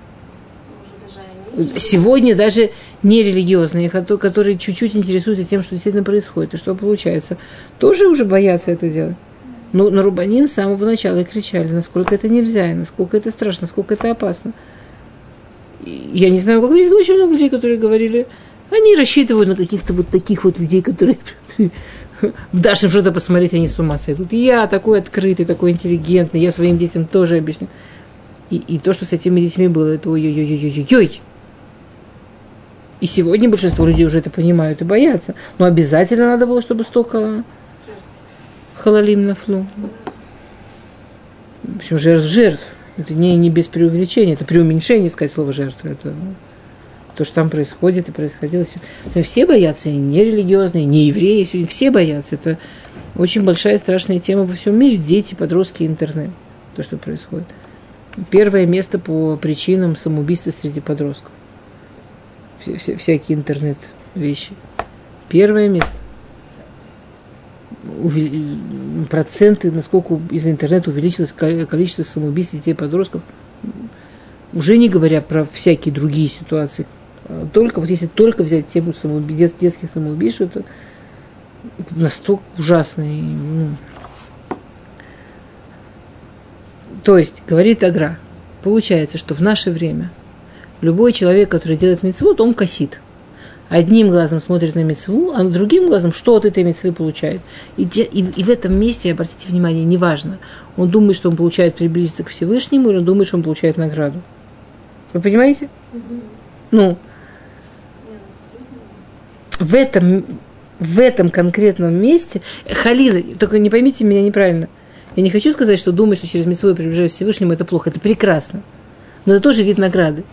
Сегодня даже нерелигиозные, которые чуть-чуть интересуются тем, что действительно происходит, и что получается, тоже уже боятся это делать. Но на рабаним с самого начала кричали, насколько это нельзя, и насколько это страшно, насколько это опасно. И я не знаю, как я видела очень много людей, которые говорили, они рассчитывают на каких-то вот таких вот людей, которые дашь им что-то посмотреть, они с ума сойдут. И я такой открытый, такой интеллигентный, я своим детям тоже объясню. И, и то, что с этими детьми было, это ой-ой-ой-ой-ой-ой. И сегодня большинство людей уже это понимают и боятся. Но обязательно надо было, чтобы столько халалим нафлу. В общем, жертв жертв. Это не, не без преувеличения, это преуменьшение сказать слово жертва. Это то, что там происходит и происходило. Но все боятся, и нерелигиозные, и не евреи, сегодня все боятся. Это очень большая страшная тема во всем мире. Дети, подростки, интернет. То, что происходит. Первое место по причинам самоубийства среди подростков. Вся, вся, всякие интернет-вещи. Первое место. Увели... Проценты, насколько из-за интернета увеличилось количество самоубийств детей и подростков. Уже не говоря про всякие другие ситуации. Только, вот если только взять тему самоуби... дет... детских самоубийств, это настолько ужасно. И, ну... То есть, говорит Агра, получается, что в наше время любой человек, который делает мицвот, он косит. Одним глазом смотрит на мицву, а другим глазом что от этой мицвы получает. И, де, и, и в этом месте, обратите внимание, неважно, он думает, что он получает приблизиться к Всевышнему, или он думает, что он получает награду. Вы понимаете? Mm-hmm. Ну, в этом, в этом конкретном месте, Халила, только не поймите меня неправильно, я не хочу сказать, что думать, что через мицву я приближаюсь к Всевышнему, это плохо, это прекрасно. Но это тоже вид награды.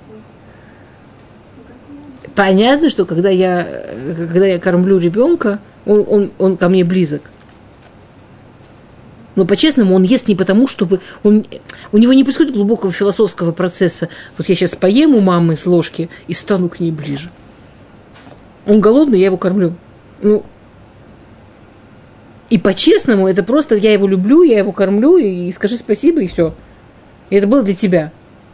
Понятно, что когда я, когда я кормлю ребенка, он, он, он ко мне близок. Но по-честному он ест не потому, чтобы... Он, у него не происходит глубокого философского процесса. Вот я сейчас поем у мамы с ложки и стану к ней ближе. Он голодный, я его кормлю. Ну, и по-честному это просто я его люблю, я его кормлю, и скажи спасибо, и все. И это было для тебя.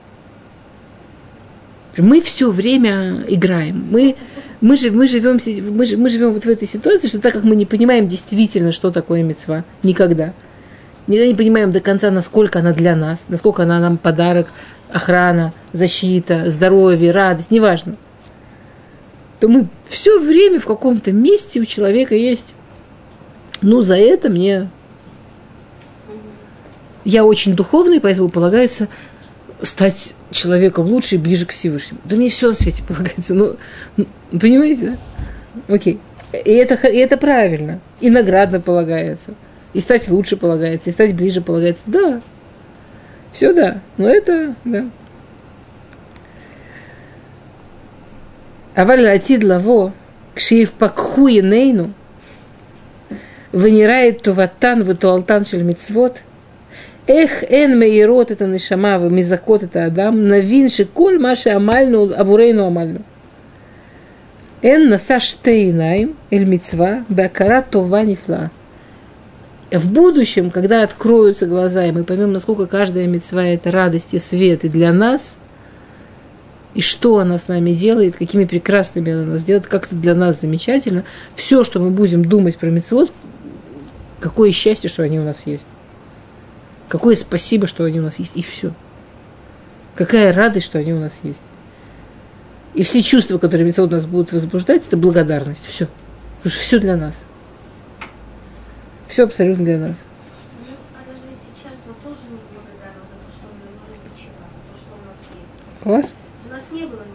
Мы все время играем. Мы, мы, жив, мы, живем, мы, мы живем вот в этой ситуации, что так как мы не понимаем действительно, что такое мицва, никогда. Никогда не понимаем до конца, насколько она для нас, насколько она нам подарок, охрана, защита, здоровье, радость, неважно. То мы все время в каком-то месте у человека есть. Ну, за это мне... Я очень духовный, поэтому полагается стать человеком лучше и ближе к Всевышнему. Да мне все на свете полагается. Ну, понимаете, да? Окей. И это, и это правильно. И наградно полагается. И стать лучше полагается. И стать ближе полагается. Да. Все да. Но это, да. Аваль латид лаво, кшиев пакху енейну, венирает туватан ватуалтан шель мицвот, эх эн меирот это нишама, мизакот это адам, навин шиколь маши амальну, авурейну амальну. Эн наса штейнаим, эль мицва, беакара това нифла. В будущем, когда откроются глаза, и мы поймем, насколько каждая мицва – это радость и свет и для нас, и что она с нами делает, какими прекрасными она нас делает, как это для нас замечательно. Все, что мы будем думать про мицвот, какое счастье, что они у нас есть. Какое спасибо, что они у нас есть, и все. Какая радость, что они у нас есть. И все чувства, которые мицвот у нас будут возбуждать, это благодарность. Все. Потому что все для нас. Все абсолютно для нас. А даже сейчас мы тоже не благодарны за то, что мы вернули вчера, за то, что у нас есть. Класс. У нас не было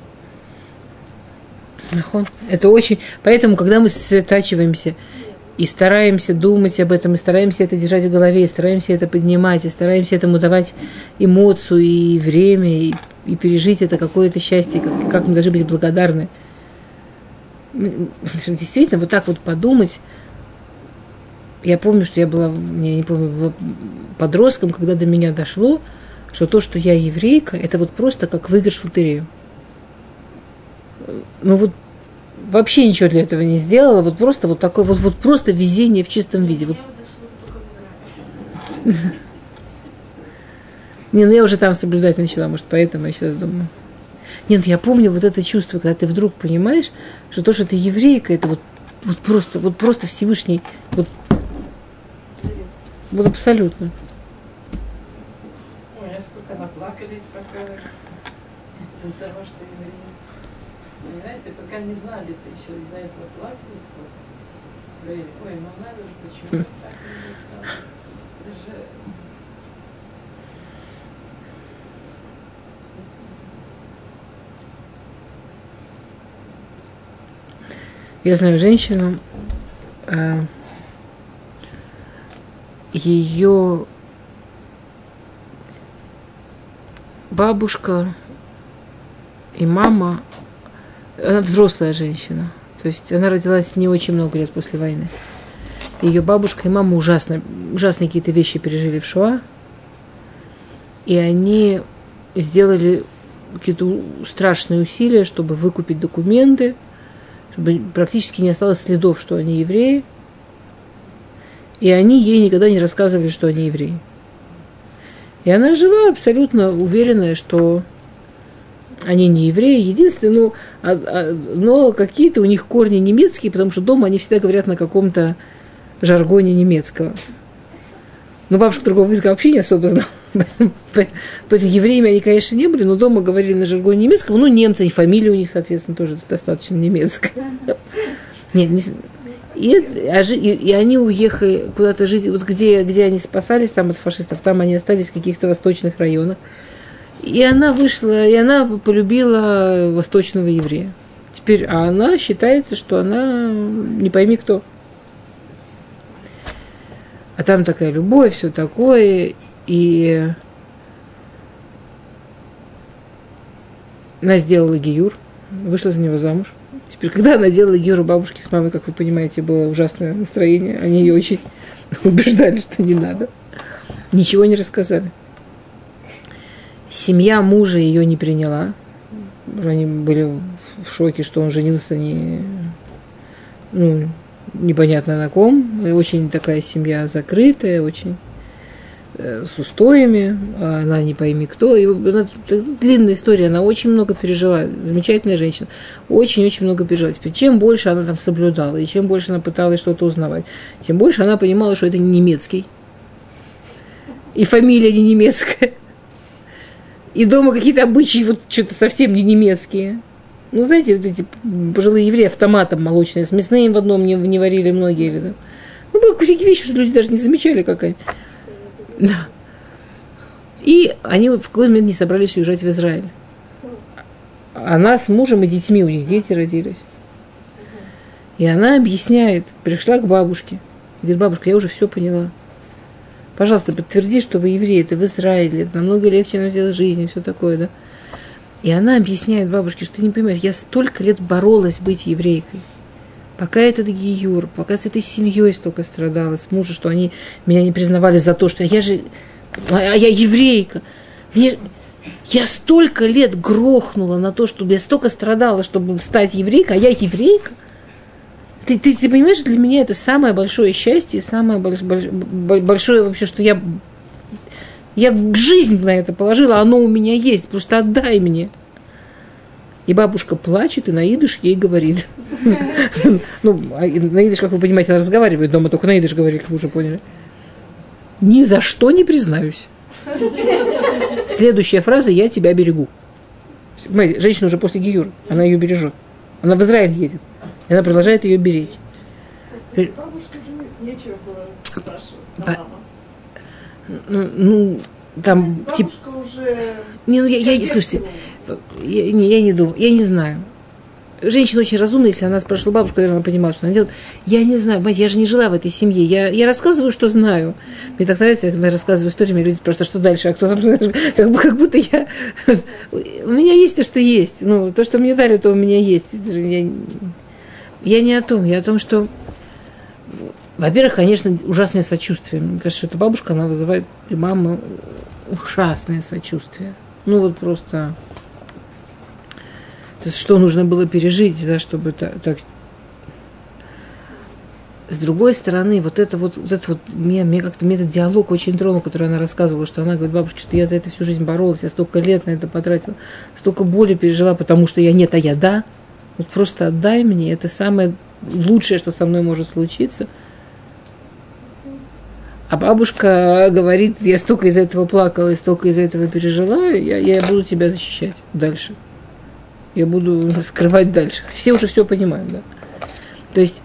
ничего. Это очень... Поэтому, когда мы сосредотачиваемся и стараемся думать об этом, и стараемся это держать в голове, и стараемся это поднимать, и стараемся этому давать эмоцию и время, и, и пережить это какое-то счастье, как, как мы должны быть благодарны. Действительно, вот так вот подумать. Я помню, что я была, я не помню, была подростком, когда до меня дошло, что то, что я еврейка, это вот просто как выигрыш в лотерею. Ну вот вообще ничего для этого не сделала, вот просто вот такое, вот, вот просто везение в чистом виде. Вот. Не, ну я уже там соблюдать начала, может, поэтому я сейчас думаю. Нет, я помню вот это чувство, когда ты вдруг понимаешь, что то, что ты еврейка, это вот, вот просто, вот просто Всевышний, вот, вот абсолютно. Ой, а сколько наплакались пока из-за того, что евреи. Понимаете, пока не знали, то еще из-за этого плакали сколько. Говорили, ой, ну надо же, почему так не стало. Это же... Я знаю женщину, э, ее бабушка И мама, она взрослая женщина. То есть она родилась не очень много лет после войны. Ее бабушка и мама ужасно, ужасные какие-то вещи пережили в Шоа. И они сделали какие-то страшные усилия, чтобы выкупить документы, чтобы практически не осталось следов, что они евреи. И они ей никогда не рассказывали, что они евреи. И она жила абсолютно уверенная, что они не евреи. Единственное, ну, а, а, но какие-то у них корни немецкие, потому что дома они всегда говорят на каком-то жаргоне немецкого. Но бабушка другого языка вообще не особо знала. Поэтому евреями они, конечно, не были, но дома говорили на жаргоне немецкого. Ну, немцы, и фамилия у них, соответственно, тоже достаточно немецкая. Нет, не... И, и, и они уехали куда-то жить, вот где, где они спасались там от фашистов, там они остались в каких-то восточных районах. И она вышла, и она полюбила восточного еврея. Теперь, а она считается, что она не пойми кто. А там такая любовь, все такое, и она сделала гиюр, вышла за него замуж. Теперь, когда она делала гиюр у бабушки с мамой, как вы понимаете, было ужасное настроение, они ее очень убеждали, что не надо. Ничего не рассказали. Семья мужа ее не приняла. Они были в шоке, что он женился не, ну, непонятно на ком. И очень такая семья закрытая, очень э, с устоями. А она не пойми кто. И она, длинная история, она очень много пережила. Замечательная женщина. Очень-очень много пережила. Теперь, чем больше она там соблюдала, и чем больше она пыталась что-то узнавать, тем больше она понимала, что это не немецкий. И фамилия не немецкая. И дома какие-то обычаи вот что-то совсем не немецкие. Ну, знаете, вот эти пожилые евреи автоматом молочные, с мясным в одном не, не варили многие. Или, да. Ну, были всякие вещи, что люди даже не замечали, как они. Да. И они в какой-то момент не собрались уезжать в Израиль. Она с мужем и детьми, у них дети родились. И она объясняет, пришла к бабушке. Говорит, бабушка, я уже все поняла. Пожалуйста, подтверди, что вы евреи, это в Израиле, это намного легче нам сделать жизнь и все такое, да. И она объясняет бабушке, что ты не понимаешь, я столько лет боролась быть еврейкой. Пока этот гиюр, пока с этой семьей столько страдала, с мужем, что они меня не признавали за то, что я же, а я еврейка. Мне, я столько лет грохнула на то, чтобы я столько страдала, чтобы стать еврейкой, а я еврейка. Ты, ты, ты понимаешь, для меня это самое большое счастье, самое больш, больш, большое вообще, что я, я жизнь на это положила, оно у меня есть, просто отдай мне. И бабушка плачет, и на идыш ей говорит. Ну, на идыш, как вы понимаете, она разговаривает дома, только на идыш говорит, как вы уже поняли. Ни за что не признаюсь. Следующая фраза: я тебя берегу. Понимаете, женщина уже после гиюра, она ее бережет. Она в Израиль едет. И она продолжает ее беречь. Бабушке уже нечего было спрашивать, а мама? Ну, ну там, бабушка типа... уже... Не, ну, я, я, слушайте, я, не, я не думаю, я не знаю. Женщина очень разумная, если она спрашивала бабушку, наверное, она понимала, что она делает. Я не знаю, понимаете, я же не жила в этой семье. Я, я рассказываю, что знаю. Мне так нравится, когда я рассказываю истории, мне люди спрашивают, что дальше, а кто там, как, бы, как будто я... У меня есть то, что есть. Ну, то, что мне дали, то у меня есть. Я, я не о том, я о том, что... Во-первых, конечно, ужасное сочувствие. Мне кажется, что эта бабушка, она вызывает, и мама, ужасное сочувствие. Ну, вот просто... То есть, что нужно было пережить, да, чтобы так, так... С другой стороны, вот это вот, вот, это вот мне, мне как-то мне этот диалог очень тронул, который она рассказывала, что она говорит бабушке, что я за это всю жизнь боролась, я столько лет на это потратила, столько боли пережила, потому что я нет, а я да. Вот просто отдай мне, это самое лучшее, что со мной может случиться. А бабушка говорит, я столько из-за этого плакала и столько из-за этого пережила, я, я буду тебя защищать дальше. Я буду скрывать дальше. Все уже все понимают, да. То есть,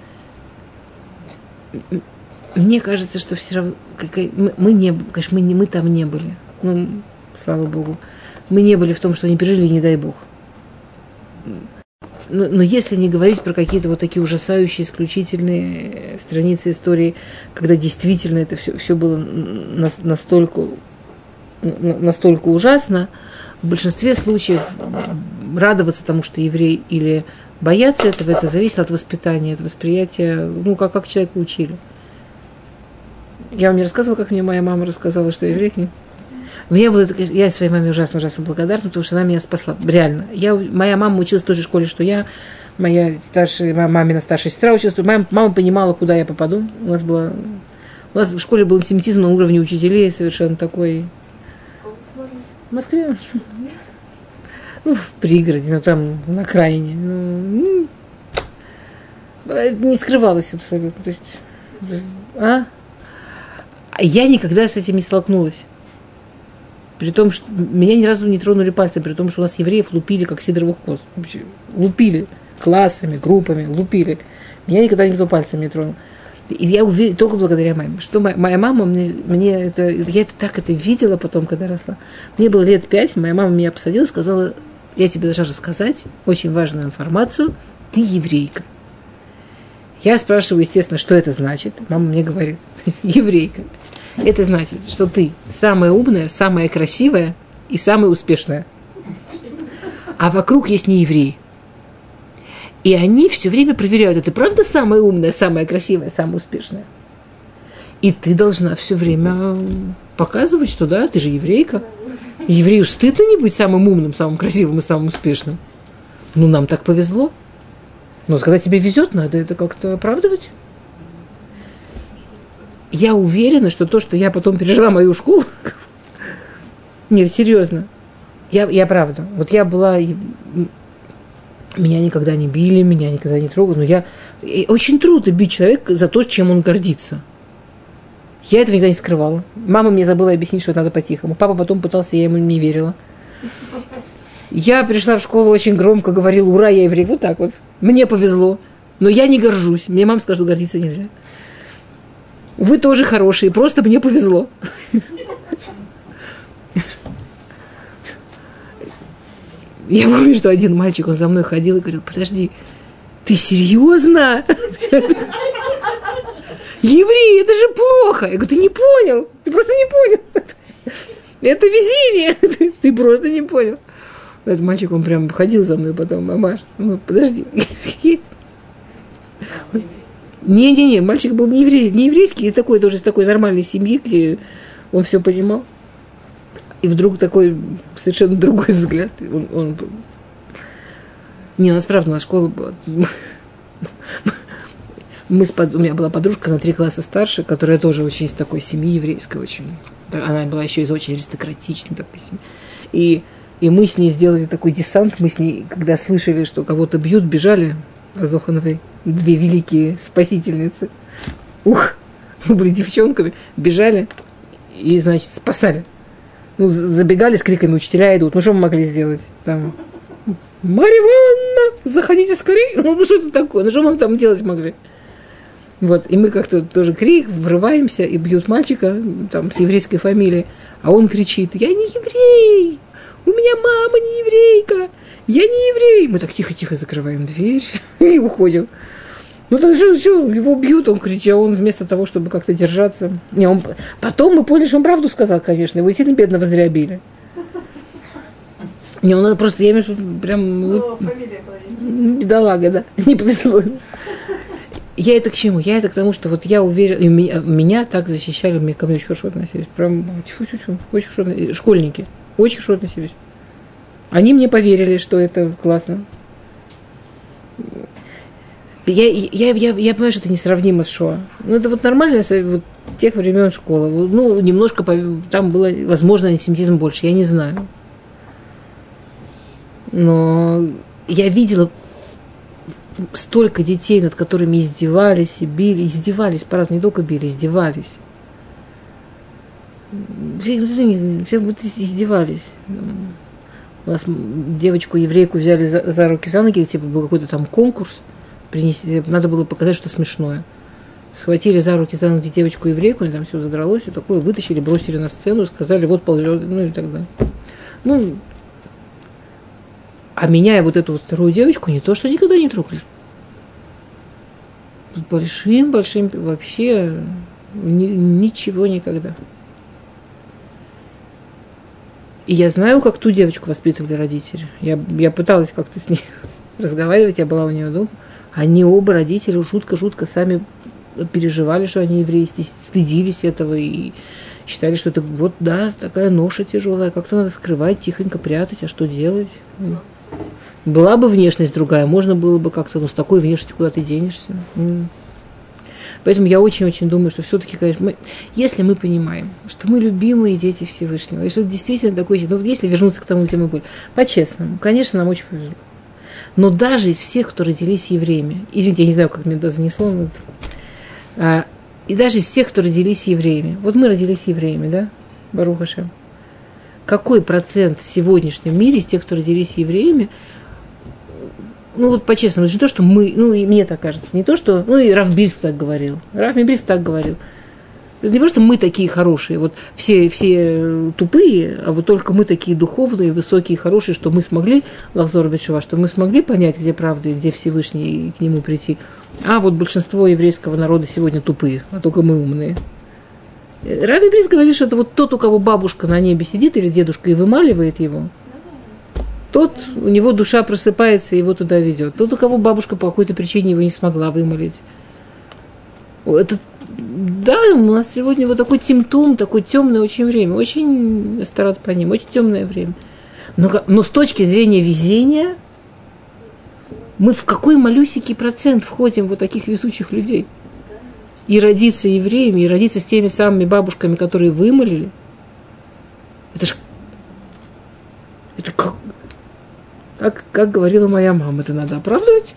мне кажется, что все равно... Мы, мы, не, конечно, мы, не, мы там не были. Ну, слава Богу. Мы не были в том, что они пережили, не дай Бог. Но, но если не говорить про какие-то вот такие ужасающие, исключительные страницы истории, когда действительно это все, все было настолько, настолько ужасно, в большинстве случаев радоваться тому, что еврей, или бояться этого, это зависит от воспитания, от восприятия, ну, как, как человека учили. Я вам не рассказывала, как мне моя мама рассказала, что еврей не... Мне было, я своей маме ужасно-ужасно благодарна, потому что она меня спасла. Реально. Я, моя мама училась в той же школе, что я. Моя старшая, моя мамина старшая сестра училась. Моя мама понимала, куда я попаду. У нас была... У нас в школе был антисемитизм на уровне учителей совершенно такой... В Москве? Ну, в пригороде, ну, там, на окраине. Ну, не скрывалась абсолютно. То есть... А? Я никогда с этим не столкнулась. При том, что меня ни разу не тронули пальцем, при том, что у нас евреев лупили, как сидоровых коз. Вообще, лупили классами, группами, лупили. Меня никогда никто пальцем не тронул. И я уверена, только благодаря маме. Что моя, моя мама, мне, мне это, я это так это видела потом, когда росла. Мне было лет пять, моя мама меня посадила, сказала, я тебе должна рассказать очень важную информацию, ты еврейка. Я спрашиваю, естественно, что это значит. Мама мне говорит, еврейка. Это значит, что ты самая умная, самая красивая и самая успешная. А вокруг есть неевреи. И они все время проверяют, это правда самая умная, самая красивая, самая успешная? И ты должна все время показывать, что да, ты же еврейка. Еврею стыдно не быть самым умным, самым красивым и самым успешным. Ну, нам так повезло. Но когда тебе везет, надо это как-то оправдывать. Я уверена, что то, что я потом пережила мою школу... Нет, серьезно. Я, я правда. Вот я была... Меня никогда не били, меня никогда не трогали. Но я... Очень трудно бить человека за то, чем он гордится. Я этого никогда не скрывала. Мама мне забыла объяснить, что надо по-тихому. Папа потом пытался, я ему не верила. Я пришла в школу, очень громко говорила, ура, я еврей. Вот так вот. Мне повезло. Но я не горжусь. Мне мама скажет, что гордиться нельзя. Вы тоже хорошие, просто мне повезло. Я помню, что один мальчик, он за мной ходил и говорил, подожди, ты серьезно? Еврей, это же плохо. Я говорю, ты не понял, ты просто не понял. Это везение, ты просто не понял. Этот мальчик, он прям ходил за мной потом, мамаш, ну, подожди. Не-не-не, мальчик был не еврей, не еврейский, и такой тоже из такой нормальной семьи, где он все понимал. И вдруг такой совершенно другой взгляд. Он, он... Не, у нас правда, у нас школа была. Мы с под... У меня была подружка на три класса старше, которая тоже очень из такой семьи еврейской, очень. Она была еще из очень аристократичной такой семьи. И, и мы с ней сделали такой десант. Мы с ней, когда слышали, что кого-то бьют, бежали Азохановой. Две великие спасительницы. Ух, мы были девчонками, бежали и, значит, спасали. Ну, забегали с криками, учителя идут. Ну, что мы могли сделать? Там, Марья Ивановна, заходите скорее. Ну, что это такое? Ну, что мы там делать могли? Вот, и мы как-то тоже крик, врываемся, и бьют мальчика, там, с еврейской фамилией. А он кричит, я не еврей, у меня мама не еврейка, я не еврей. Мы так тихо-тихо закрываем дверь и уходим. Ну, так что, что, его бьют, он кричит, а он вместо того, чтобы как-то держаться... Не, он... Потом мы поняли, что он правду сказал, конечно, его сильно бедного зря били. Не, он просто, я имею в виду, прям... Ну, фамилия была. Бедолага, да, не повезло. Я это к чему? Я это к тому, что вот я уверена, и меня, меня так защищали, мне ко мне очень хорошо относились. Прям, чу-чу-чу, очень хорошо относились. Школьники, очень хорошо относились. Они мне поверили, что это классно. Я, я, я, я понимаю, что это несравнимо с Шоа. Ну, это вот нормально, вот тех времен школы. Ну, немножко там было, возможно, антисемитизм больше, я не знаю. Но я видела столько детей, над которыми издевались и били, издевались, по-разному, не только били, издевались. Все, все вот издевались. У нас девочку-еврейку взяли за, за руки, за ноги, типа был какой-то там конкурс. Принесли, надо было показать что-то смешное. Схватили за руки, за ноги девочку-еврейку, там все задралось, все такое, вытащили, бросили на сцену, сказали, вот ползет, ну и так далее. Ну, а меня и вот эту вот вторую девочку не то, что никогда не трогали. Большим-большим вообще ни, ничего никогда. И я знаю, как ту девочку воспитывали родители. Я, я пыталась как-то с ней разговаривать, я была у нее дома. Они оба родители жутко-жутко сами переживали, что они евреи, стыдились этого и считали, что это вот, да, такая ноша тяжелая, как-то надо скрывать, тихонько прятать, а что делать? Была бы внешность другая, можно было бы как-то, ну, с такой внешностью куда ты денешься. Поэтому я очень-очень думаю, что все-таки, конечно, мы, если мы понимаем, что мы любимые дети Всевышнего, и что это действительно такое, ну, если вернуться к тому, где мы были, по-честному, конечно, нам очень повезло. Но даже из всех, кто родились евреями, извините, я не знаю, как меня туда занесло, но, а, и даже из всех, кто родились евреями, вот мы родились евреями, да, Барух Ашем, какой процент в сегодняшнем мире из тех, кто родились евреями, ну вот по-честному, это не то, что мы, ну и мне так кажется, не то, что, ну и Рав Бильс так говорил, Рав Бильс так говорил. Это не просто мы такие хорошие, вот все, все тупые, а вот только мы такие духовные, высокие, хорошие, что мы смогли, Лахзор Бетшува, что мы смогли понять, где правда и где Всевышний, и к нему прийти. А вот большинство еврейского народа сегодня тупые, а только мы умные. Рав Бильс говорит, что это вот тот, у кого бабушка на небе сидит или дедушка и вымаливает его, тот, у него душа просыпается и его туда ведет. Тот, у кого бабушка по какой-то причине его не смогла вымолить. Это, да, у нас сегодня вот такой тимтум, такое темное очень время. Очень стараться по ним, очень темное время. Но, но с точки зрения везения, мы в какой малюсенький процент входим в вот таких везучих людей? И родиться евреями, и родиться с теми самыми бабушками, которые вымолили. Это ж... Это как... Как, как говорила моя мама, это надо оправдывать.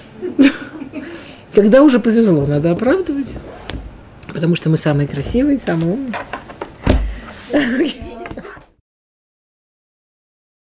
Когда уже повезло, надо оправдывать. Потому что мы самые красивые, самые умные.